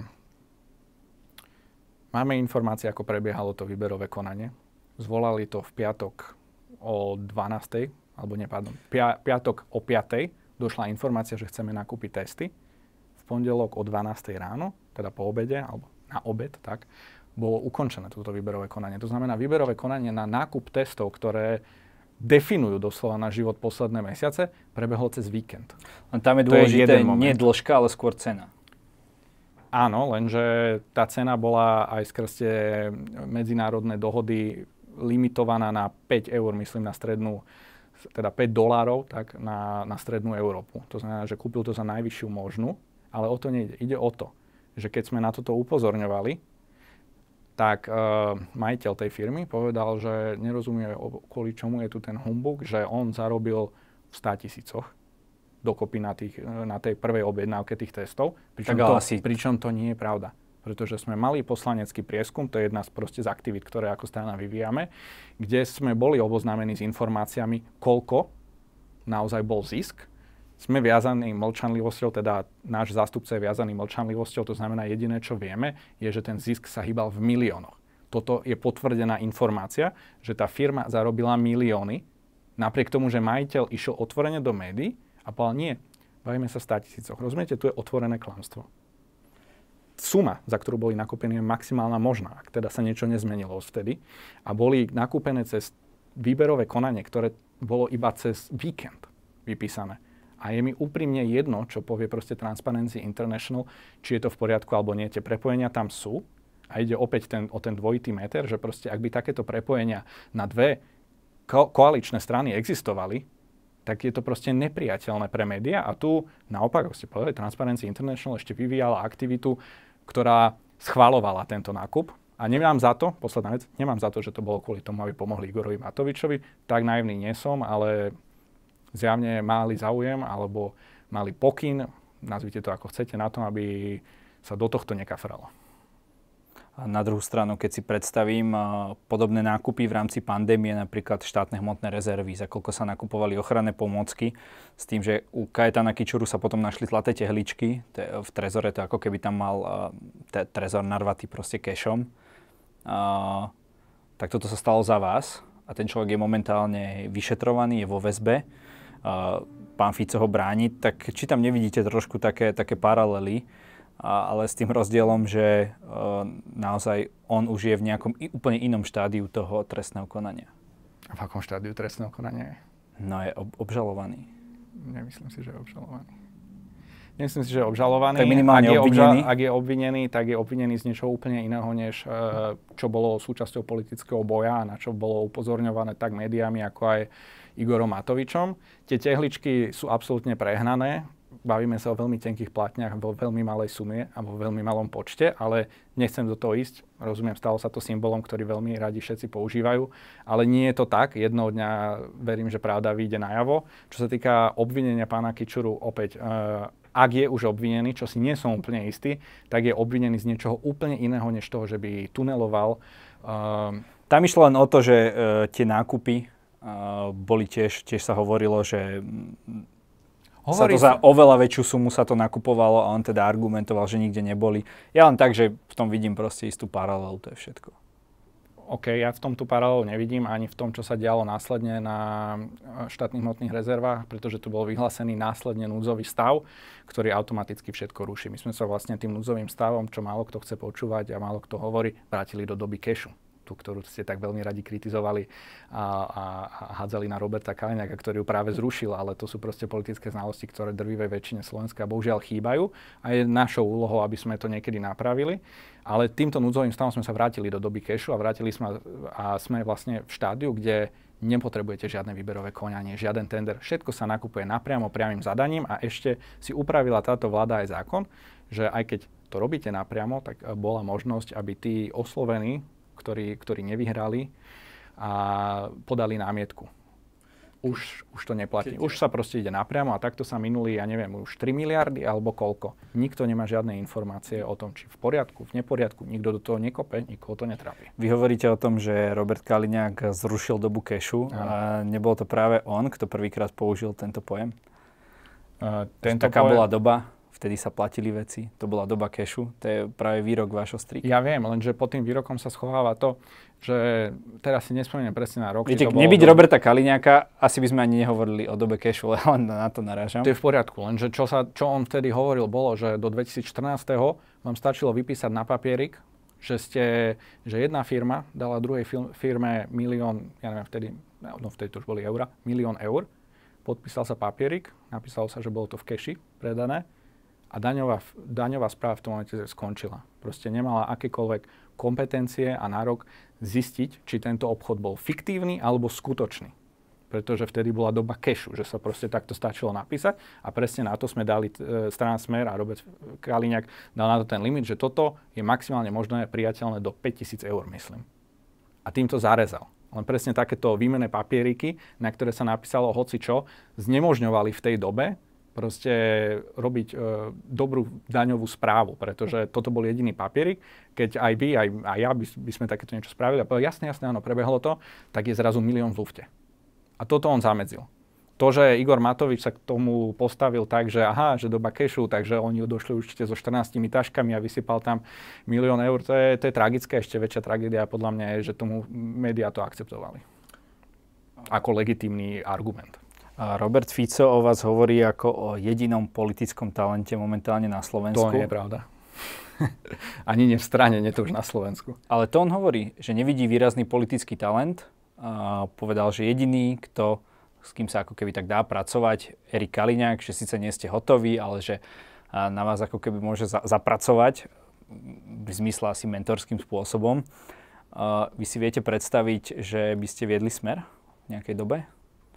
Máme informácie, ako prebiehalo to výberové konanie. Zvolali to v piatok o 12. alebo piatok o 5. došla informácia, že chceme nakúpiť testy. V pondelok o 12. ráno, teda po obede, alebo na obed, tak, bolo ukončené toto výberové konanie. To znamená, výberové konanie na nákup testov, ktoré definujú doslova na život posledné mesiace, prebehlo cez víkend. Tam je dôležité nie dĺžka, ale skôr cena. Áno, lenže tá cena bola aj skrz tie medzinárodné dohody limitovaná na 5 eur, myslím, na strednú, teda $5, tak na strednú Európu. To znamená, že kúpil to za najvyššiu možnú, ale o to nejde. Ide o to, že keď sme na toto upozorňovali, tak majiteľ tej firmy povedal, že nerozumie, kvôli čomu je tu ten humbug, že on zarobil v 100 000 dokopy na tej prvej objednávke tých testov, pričom to nie je pravda. Pretože sme mali poslanecký prieskum, to je jedna z aktivít, ktoré ako strana vyvíjame, kde sme boli oboznámení s informáciami, koľko naozaj bol zisk. Sme viazaní mlčanlivosťou, teda náš zástupca je viazaný mlčanlivosťou, to znamená jediné, čo vieme, je, že ten zisk sa hýbal v miliónoch. Toto je potvrdená informácia, že tá firma zarobila milióny, napriek tomu, že majiteľ išiel otvorene do médií a povedal, nie, bavíme sa 100 000. Rozumiete, tu je otvorené klamstvo. Suma, za ktorú boli nakúpené, je maximálna možná, ak teda sa niečo nezmenilo vtedy. A boli nakúpené cez výberové konanie, ktoré bolo iba cez víkend vypísané. A je mi úprimne jedno, čo povie proste Transparency International, či je to v poriadku alebo nie. Tie prepojenia tam sú a ide opäť o ten dvojitý meter, že proste ak by takéto prepojenia na dve koaličné strany existovali, tak je to proste nepriateľné pre médiá. A tu naopak, ako ste povedali, Transparency International ešte vyvíjala aktivitu, ktorá schvaľovala tento nákup. A nemám za to, posledná vec, nemám za to, že to bolo kvôli tomu, aby pomohli Igorovi Matovičovi. Tak naivný nie som, ale zjavne mali záujem alebo mali pokyn, nazvite to ako chcete, na tom, aby sa do tohto nekafralo. A na druhú stranu, keď si predstavím podobné nákupy v rámci pandémie, napríklad štátne hmotné rezervy, za koľko sa nakupovali ochranné pomôcky, s tým, že u Kajetána Kičuru sa potom našli zlaté tehličky, v trezore to ako keby tam mal trezor narvatý proste kešom. Tak toto sa stalo za vás a ten človek je momentálne vyšetrovaný, je vo väzbe. Pán Fico ho bráni, tak či tam nevidíte trošku také paralely, ale s tým rozdielom, že naozaj on už je v nejakom úplne inom štádiu toho trestného konania. A v akom štádiu trestného konania je? No je obžalovaný. Nemyslím si, že je obžalovaný. Nemyslím si, že je obžalovaný. Tak minimálne obvinený. Ak je obvinený, tak je obvinený z niečoho úplne iného, než čo bolo súčasťou politického boja a na čo bolo upozorňované tak médiami, ako aj Igorom Matovičom. Tie tehličky sú absolútne prehnané. Bavíme sa o veľmi tenkých platniach, vo veľmi malej sume a vo veľmi malom počte, ale nechcem do toho ísť. Rozumiem, stalo sa to symbolom, ktorý veľmi radi všetci používajú, ale nie je to tak. Jednoho dňa verím, že pravda vyjde najavo. Čo sa týka obvinenia pána Kičuru, opäť, ak je už obvinený, čo si nie som úplne istý, tak je obvinený z niečoho úplne iného, než toho, že by tuneloval. Tam išlo len o to, že tie nákupy boli tiež sa hovorilo, že sa to za oveľa väčšiu sumu sa to nakupovalo a on teda argumentoval, že nikde neboli. Ja len tak, že v tom vidím proste istú paralelu, to je všetko. OK, ja v tom tú paralelu nevidím ani v tom, čo sa dialo následne na štátnych hmotných rezervách, pretože tu bol vyhlásený následne núdzový stav, ktorý automaticky všetko ruší. My sme sa vlastne tým núdzovým stavom, čo málo kto chce počúvať a málo kto hovorí, vrátili do doby kešu. Tú, ktorú ste tak veľmi radi kritizovali a hádzali na Roberta Kaliňáka, ktorý ju práve zrušil, ale to sú proste politické znalosti, ktoré drvivej väčšine Slovenska bohužiaľ chýbajú a je našou úlohou, aby sme to niekedy napravili. Ale týmto núdzovým stavom sme sa vrátili do doby kešu a sme vlastne v štádiu, kde nepotrebujete žiadne výberové konanie, žiaden tender. Všetko sa nakupuje napriamo priamym zadaním a ešte si upravila táto vláda aj zákon, že aj keď to robíte napriamo, tak bola možnosť, aby tí oslovení, ktorí nevyhrali a podali námietku. Už to neplatí. Už sa proste ide napriamo a takto sa minuli, ja neviem, už 3 miliardy alebo koľko. Nikto nemá žiadne informácie o tom, či v poriadku, v neporiadku. Nikto do toho nekope, nikoho to netrápi. Vy hovoríte o tom, že Robert Kaliňák zrušil dobu kešu a nebol to práve on, kto prvýkrát použil tento pojem? Taká bola doba, vtedy sa platili veci, to bola doba kešu, to je práve výrok vášho strýka. Ja viem, lenže pod tým výrokom sa schováva to, že teraz si nespomínam presne na rok. Viete, nebyť Roberta Kaliňáka, asi by sme ani nehovorili o dobe kešu, len na to narážam. To je v poriadku, lenže čo on vtedy hovoril bolo, že do 2014. vám stačilo vypísať na papierik, že jedna firma dala druhej firme milión, ja neviem vtedy to už boli eura, 1 000 000 eur, podpísal sa papierik, napísalo sa, že bolo to v keši predané, a daňová správa v tom momente skončila. Proste nemala akékoľvek kompetencie a nárok zistiť, či tento obchod bol fiktívny alebo skutočný. Pretože vtedy bola doba kešu, že sa proste takto stačilo napísať a presne na to sme dali strana Smer a Robert Kaliňák dal na to ten limit, že toto je maximálne možné priateľné do 5 000 eur, myslím. A tým to zarezal. Len presne takéto výmenné papieriky, na ktoré sa napísalo hocičo, znemožňovali v tej dobe proste robiť dobrú daňovú správu, pretože toto bol jediný papierik. Keď aj vy, aj ja by sme takéto niečo spravili a povedali, jasne, áno, prebehlo to, tak je zrazu 1 000 000 v lufte. A toto on zamedzil. To, že Igor Matovič sa k tomu postavil tak, že že doba kešu, takže oni došli určite so 14 taškami a vysypal tam 1 000 000 eur, to je tragické. Ešte väčšia tragédia podľa mňa je, že tomu médiá to akceptovali. Ako legitímny argument. Robert Fico o vás hovorí ako o jedinom politickom talente momentálne na Slovensku. To nie je pravda. Ani nie v strane, nie to už na Slovensku. Ale to on hovorí, že nevidí výrazný politický talent. A povedal, že jediný, kto s kým sa ako keby tak dá pracovať. Erik Kaliňák, že síce nie ste hotoví, ale že na vás ako keby môže zapracovať v zmysle asi mentorským spôsobom. Vy si viete predstaviť, že by ste viedli Smer v nejakej dobe?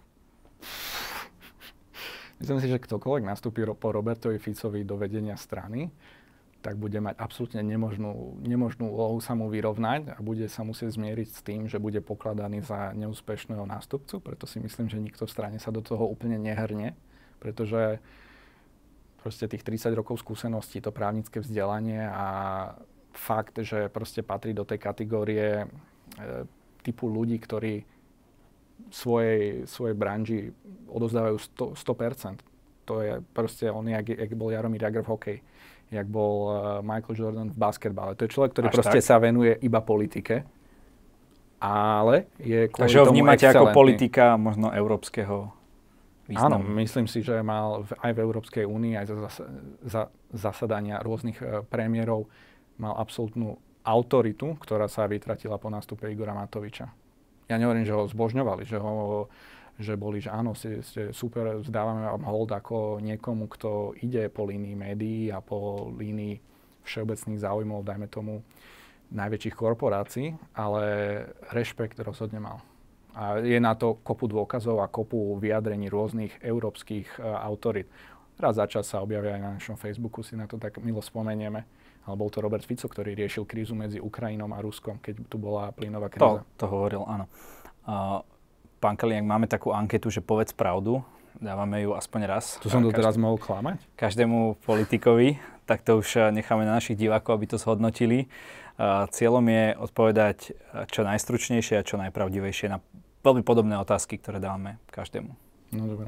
Myslím si, že ktokoľvek nastúpi po Robertovi Ficovi do vedenia strany, tak bude mať absolútne nemožnú úlohu sa mu vyrovnať a bude sa musieť zmieriť s tým, že bude pokladaný za neúspešného nástupcu. Preto si myslím, že nikto v strane sa do toho úplne nehrnie, pretože proste tých 30 rokov skúseností, to právnické vzdelanie a fakt, že proste patrí do tej kategórie typu ľudí, ktorí svojej branži odovzdávajú 100%. To je proste on, jak bol Jaromír Jágr v hokeji, jak bol Michael Jordan v basketbale. To je človek, ktorý proste sa venuje iba politike, ale je kvôli Takže ho tomu vnímate excelentný. ako politika možno európskeho významu? Áno, myslím si, že mal aj v Európskej únii, aj za zasadania rôznych premiérov mal absolútnu autoritu, ktorá sa vytratila po nástupe Igora Matoviča. Ja nehovorím, že ho zbožňovali, že boli, že áno, ste super, vzdávame vám hold ako niekomu, kto ide po línii médií a po línii všeobecných záujmov, dajme tomu, najväčších korporácií, ale rešpekt rozhodne mal. A je na to kopu dôkazov a kopu vyjadrení rôznych európskych autorít. Raz za čas sa objavia aj na našom Facebooku, si na to tak milo spomenieme. Ale bol to Robert Fico, ktorý riešil krízu medzi Ukrajinou a Ruskom, keď tu bola plynová kríza. To hovoril, áno. Pán Kaliňák, máme takú anketu, že povedz pravdu. Dávame ju aspoň raz. Tu som to teraz mohol klamať? Každému politikovi. Tak to už necháme na našich divákov, aby to zhodnotili. Cieľom je odpovedať čo najstručnejšie a čo najpravdivejšie na veľmi podobné otázky, ktoré dávame každému. No dobré.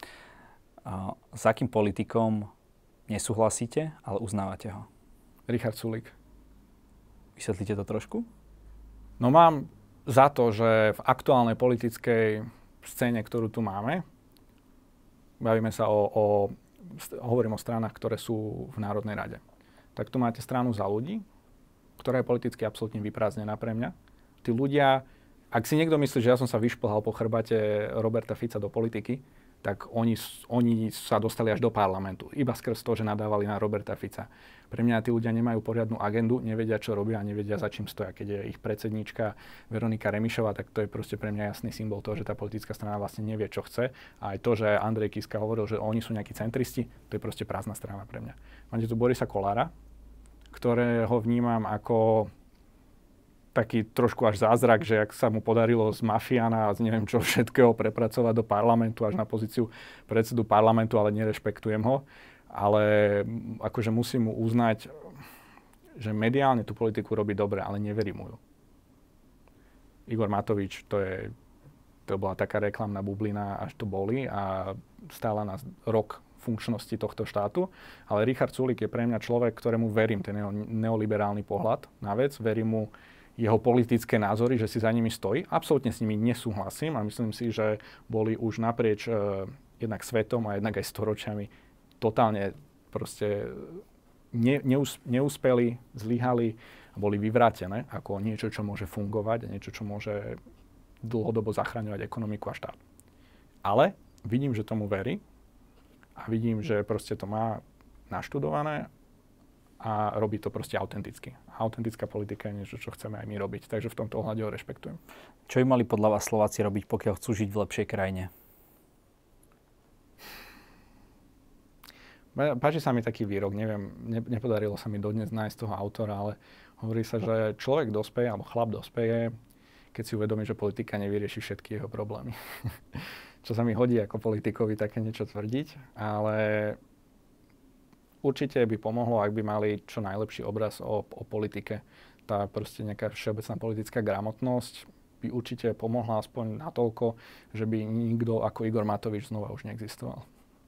S akým politikom nesúhlasíte, ale uznávate ho? Richard Sulík. Vysvetlíte to trošku? No mám za to, že v aktuálnej politickej scéne, ktorú tu máme, bavíme sa hovorím o stranách, ktoré sú v Národnej rade. Tak tu máte stranu Za ľudí, ktorá je politicky absolútne vyprázdnená pre mňa. Tí ľudia, ak si niekto myslí, že ja som sa vyšplhal po chrbate Roberta Fica do politiky, tak oni sa dostali až do parlamentu. Iba skrz to, že nadávali na Roberta Fica. Pre mňa tí ľudia nemajú poriadnu agendu, nevedia, čo robia a nevedia, za čím stoja. Keď je ich predsedníčka Veronika Remišová, tak to je proste pre mňa jasný symbol toho, že tá politická strana vlastne nevie, čo chce. A aj to, že Andrej Kiska hovoril, že oni sú nejakí centristi, to je proste prázdna strana pre mňa. Máte tu Borisa Kollára, ktorého vnímam ako taký trošku až zázrak, že ak sa mu podarilo z mafiána a z neviem čo všetkého prepracovať do parlamentu až na pozíciu predsedu parlamentu, ale nerešpektujem ho. Ale akože musím mu uznať, že mediálne tú politiku robí dobre, ale neverím mu ju. Igor Matovič, to bola taká reklamná bublina, až to boli a stála nás rok funkčnosti tohto štátu. Ale Richard Sulík je pre mňa človek, ktorému verím, ten jeho neoliberálny pohľad na vec, verím mu jeho politické názory, že si za nimi stojí. Absolútne s nimi nesúhlasím a myslím si, že boli už naprieč jednak svetom a jednak aj storočiami totálne proste neúspeli, zlyhali a boli vyvrátené ako niečo, čo môže fungovať a niečo, čo môže dlhodobo zachraňovať ekonomiku a štát. Ale vidím, že tomu verí a vidím, že proste to má naštudované a robí to proste autenticky. Autentická politika je niečo, čo chceme aj my robiť. Takže v tomto ohľade ho rešpektujem. Čo by mali podľa vás Slováci robiť, pokiaľ chcú žiť v lepšej krajine? Páči sa mi taký výrok, neviem, nepodarilo sa mi dodnes nájsť toho autora, ale hovorí sa, že človek dospeje, alebo chlap dospeje, keď si uvedomí, že politika nevyrieši všetky jeho problémy. Čo sa mi hodí ako politikovi také niečo tvrdiť, ale určite by pomohlo, ak by mali čo najlepší obraz o politike. Tá proste nejaká všeobecná politická gramotnosť by určite pomohla aspoň natoľko, že by nikto ako Igor Matovič znova už neexistoval.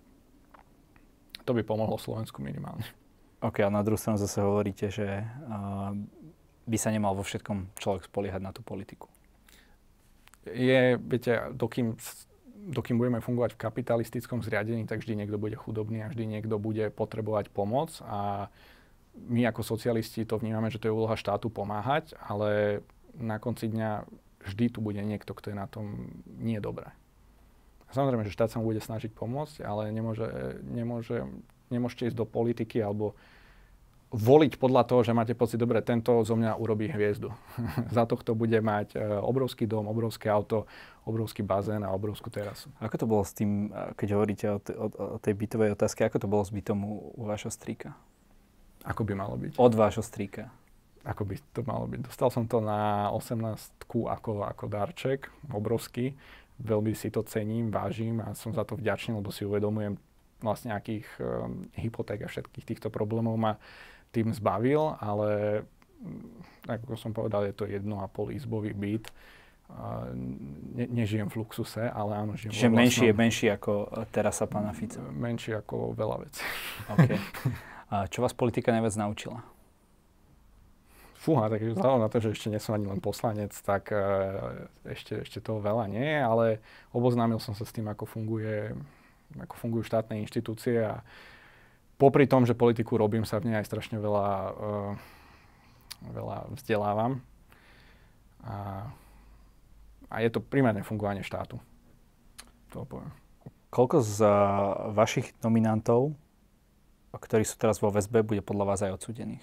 To by pomohlo Slovensku minimálne. OK, a na druhú stranu zase hovoríte, že by sa nemal vo všetkom človek spoliehať na tú politiku. Viete, dokým budeme fungovať v kapitalistickom zriadení, tak vždy niekto bude chudobný a vždy niekto bude potrebovať pomoc a my ako socialisti to vnímame, že to je úloha štátu pomáhať, ale na konci dňa vždy tu bude niekto, kto je na tom nie dobré. Samozrejme, že štát sa mu bude snažiť pomôcť, ale nemôžete ísť do politiky alebo voliť podľa toho, že máte pocit, dobre, tento zo mňa urobí hviezdu. Za tohto bude mať obrovský dom, obrovské auto, obrovský bazén a obrovskú terasu. Ako to bolo s tým, keď hovoríte o tej bytovej otázke, ako to bolo s bytom u vášho strýka? Ako by malo byť? Od vášho strýka. Ako by to malo byť? Dostal som to na 18-ku ako darček, obrovský. Veľmi si to cením, vážim a som za to vďačný, lebo si uvedomujem vlastne akých hypoték a všetkých týchto problémov ma tým zbavil, ale ako som povedal, je to 1,5 izbový byt. Nežijem v luxuse, ale áno, žijem vo vlastnom. Čiže menší ako terasa pána Fica? Menší ako veľa vecí. Okay. A čo vás politika najviac naučila? Fúha, tak vzhľadom na to, že ešte nie som ani len poslanec, tak ešte toho veľa nie, ale oboznámil som sa s tým, ako fungujú štátne inštitúcie a popri tom, že politiku robím, sa v nej aj strašne veľa vzdelávam. A je to primárne fungovanie štátu. To poviem. Koľko z vašich nominantov, ktorí sú teraz vo väzbe, bude podľa vás aj odsúdených?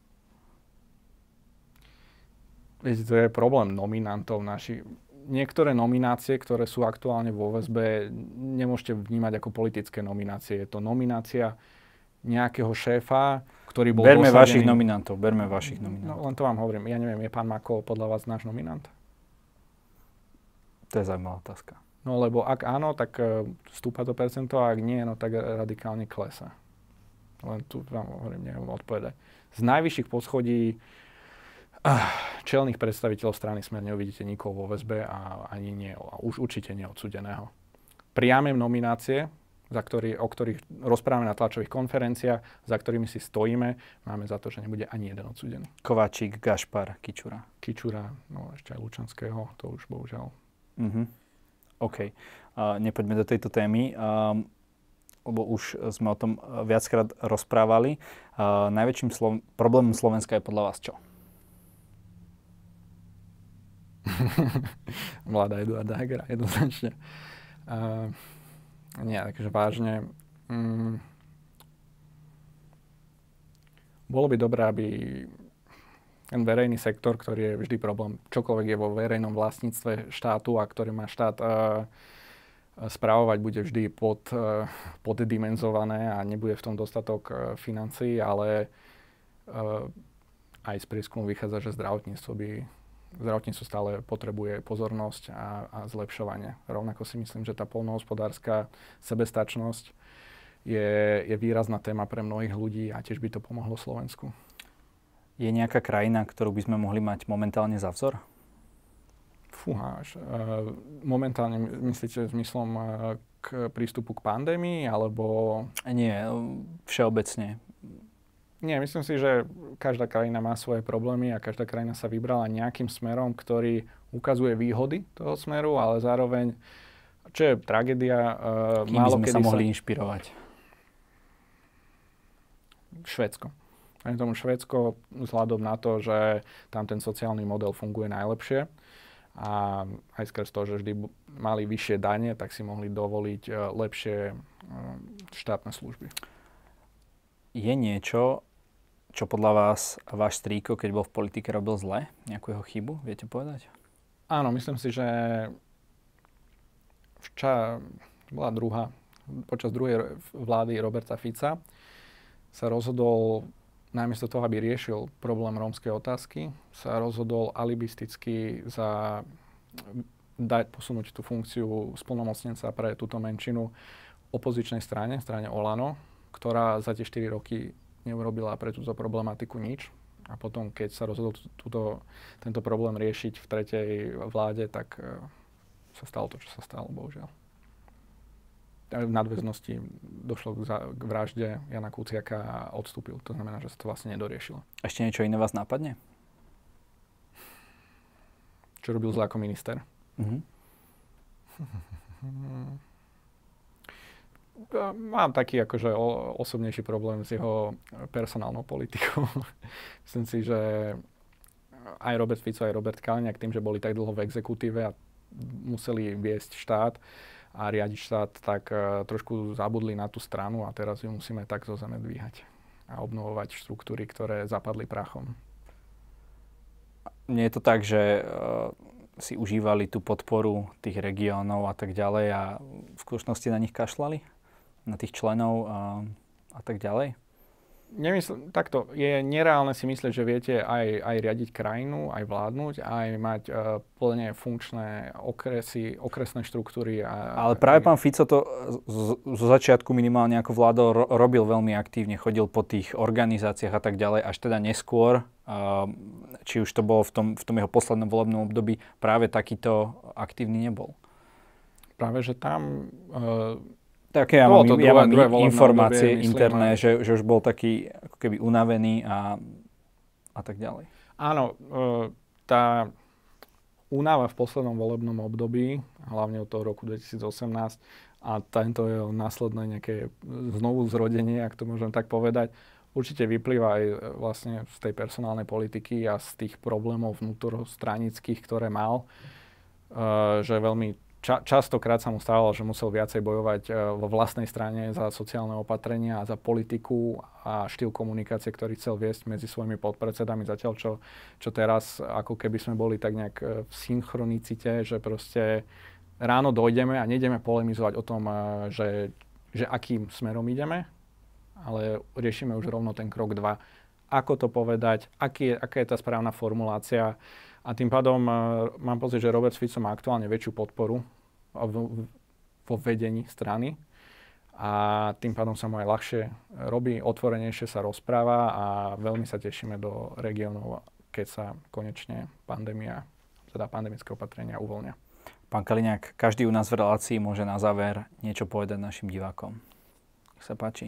Viete, to je problém nominantov našich. Niektoré nominácie, ktoré sú aktuálne vo väzbe, nemôžete vnímať ako politické nominácie. Je to nominácia nejakého šéfa, ktorý bol Berme vašich nominantov. No, len to vám hovorím. Ja neviem, je pán Mako podľa vás náš nominant? To je zaujímavá otázka. No lebo ak áno, tak stúpa to percento, a ak nie, no tak radikálne klesá. Len tu vám hovorím, neviem odpovedať. Z najvyšších poschodí čelných predstaviteľov strany Smer neuvidíte nikoho vo väzbe a ani nie, a už určite neodsúdeného. Priame nominácie, o ktorých rozprávame na tlačových konferenciách, za ktorými si stojíme, máme za to, že nebude ani jeden odsúdený. Kováčik, Gašpar, Kičura. No ešte aj Lučanského, to už bohužiaľ. OK. Nepoďme do tejto témy, lebo už sme o tom viackrát rozprávali. Najväčším problémom Slovenska je podľa vás čo? Vláda Eduarda Hegera, jednoznačne. Nie, takže vážne. Bolo by dobré, aby ten verejný sektor, ktorý je vždy problém, čokoľvek je vo verejnom vlastníctve štátu a ktorý má štát správovať, bude vždy poddimenzované a nebude v tom dostatok financií, ale aj z prieskumu vychádza, že zdravotníctvo stále potrebuje pozornosť a zlepšovanie. Rovnako si myslím, že tá poľnohospodárska sebestačnosť je výrazná téma pre mnohých ľudí a tiež by to pomohlo Slovensku. Je nejaká krajina, ktorú by sme mohli mať momentálne za vzor? Fúha, momentálne myslíte zmyslom k prístupu k pandémii, alebo... Nie, všeobecne. Nie, myslím si, že každá krajina má svoje problémy a každá krajina sa vybrala nejakým smerom, ktorý ukazuje výhody toho smeru, ale zároveň, čo je tragédia, málo kedy sa mohli inšpirovať. Švédsko. Ani tomu Švédsko vzhľadom na to, že tam ten sociálny model funguje najlepšie a aj skrz toho, že vždy mali vyššie dane, tak si mohli dovoliť lepšie štátne služby. Je niečo, čo podľa vás váš strýko, keď bol v politike, robil zle? Nejakú jeho chybu? Viete povedať? Áno, myslím si, že počas druhej vlády Roberta Fica sa rozhodol, namiesto toho, aby riešil problém rómskej otázky, sa rozhodol alibisticky posunúť tú funkciu splnomocnenca pre túto menšinu opozičnej strane Olano, ktorá za tie 4 roky neurobila pre túto problematiku nič. A potom, keď sa rozhodol tento problém riešiť v tretej vláde, tak sa stalo to, čo sa stalo, bohužiaľ. V nadväznosti došlo k vražde Jana Kuciaka a odstúpil. To znamená, že sa to vlastne nedoriešilo. Ešte niečo iné vás napadne? Čo robil zle ako minister? Mám taký akože osobnejší problém s jeho personálnou politikou. Myslím si, že aj Robert Fico, aj Robert Kaliňák tým, že boli tak dlho v exekutíve a museli viesť štát a riadiť štát, tak trošku zabudli na tú stranu a teraz ju musíme tak zo zeme dvíhať a obnovovať štruktúry, ktoré zapadli prachom. Nie je to tak, že si užívali tú podporu tých regiónov a tak ďalej a v skutočnosti na nich kašľali? Na tých členov a tak ďalej? Takto, je nereálne si myslieť, že viete aj riadiť krajinu, aj vládnuť, aj mať plne funkčné okresné štruktúry. Ale práve pán Fico to zo začiatku minimálne ako vládol robil veľmi aktívne, chodil po tých organizáciách a tak ďalej, až teda neskôr, či už to bolo v tom jeho poslednom volebnom období, práve takýto aktívny nebol. Práve, že tam... Tak ja mám informácie interné, že už bol taký ako keby unavený a tak ďalej. Áno, tá únava v poslednom volebnom období, hlavne od toho roku 2018 a tento je následné nejaké znovu zrodenie, ak to môžem tak povedať, určite vyplýva aj vlastne z tej personálnej politiky a z tých problémov vnútrostranických, ktoré mal, že veľmi častokrát sa mu stávalo, že musel viacej bojovať vo vlastnej strane za sociálne opatrenia a za politiku a štýl komunikácie, ktorý chcel viesť medzi svojimi podpredsedami. Zatiaľ, čo teraz, ako keby sme boli tak nejak v synchronicite, že proste ráno dojdeme a nejdeme polemizovať o tom, že akým smerom ideme, ale riešime už rovno ten krok 2. Ako to povedať, aká je tá správna formulácia. A tým pádom mám pocit, že Robert Fico má aktuálne väčšiu podporu vo vedení strany a tým pádom sa mu aj ľahšie robí, otvorenejšie sa rozpráva a veľmi sa tešíme do regiónov, keď sa konečne pandemické opatrenia uvoľnia. Pán Kaliňák, každý u nás v relácii môže na záver niečo povedať našim divákom. Nech sa páči.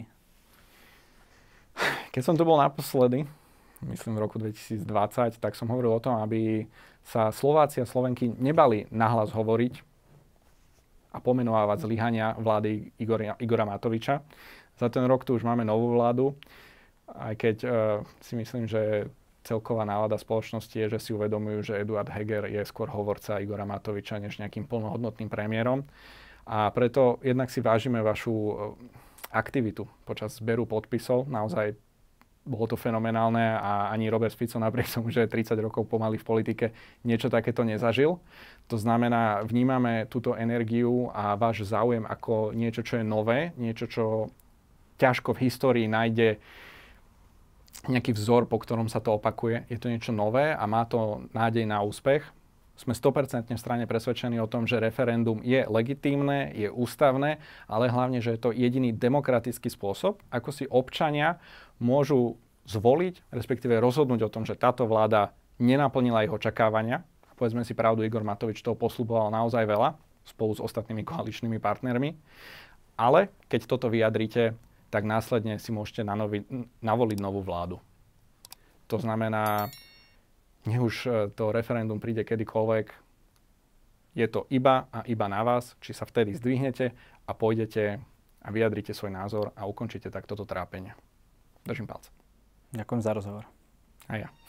Keď som tu bol naposledy, myslím v roku 2020, tak som hovoril o tom, aby sa Slováci a Slovenky nebali nahlas hovoriť a pomenovávať zlyhania vlády Igora Matoviča. Za ten rok tu už máme novú vládu, aj keď si myslím, že celková nálada spoločnosti je, že si uvedomujú, že Eduard Heger je skôr hovorca Igora Matoviča, než nejakým plnohodnotným premiérom. A preto jednak si vážime vašu aktivitu počas zberu podpisov. Naozaj bolo to fenomenálne a ani Robert Fico napriek tomu, že je 30 rokov pomaly v politike, niečo takéto nezažil. To znamená, vnímame túto energiu a váš záujem ako niečo, čo je nové, niečo, čo ťažko v histórii nájde nejaký vzor, po ktorom sa to opakuje. Je to niečo nové a má to nádej na úspech. Sme 100% v strane presvedčení o tom, že referendum je legitímne, je ústavné, ale hlavne, že je to jediný demokratický spôsob, ako si občania môžu zvoliť, respektíve rozhodnúť o tom, že táto vláda nenaplnila ich očakávania. Povedzme si pravdu, Igor Matovič toho posľuboval naozaj veľa, spolu s ostatnými koaličnými partnermi. Ale keď toto vyjadríte, tak následne si môžete navoliť novú vládu. To znamená, nech už to referendum príde kedykoľvek, je to iba a iba na vás, či sa vtedy zdvihnete a pôjdete a vyjadrite svoj názor a ukončíte tak toto trápenie. Držím palce. Ďakujem za rozhovor. A ja.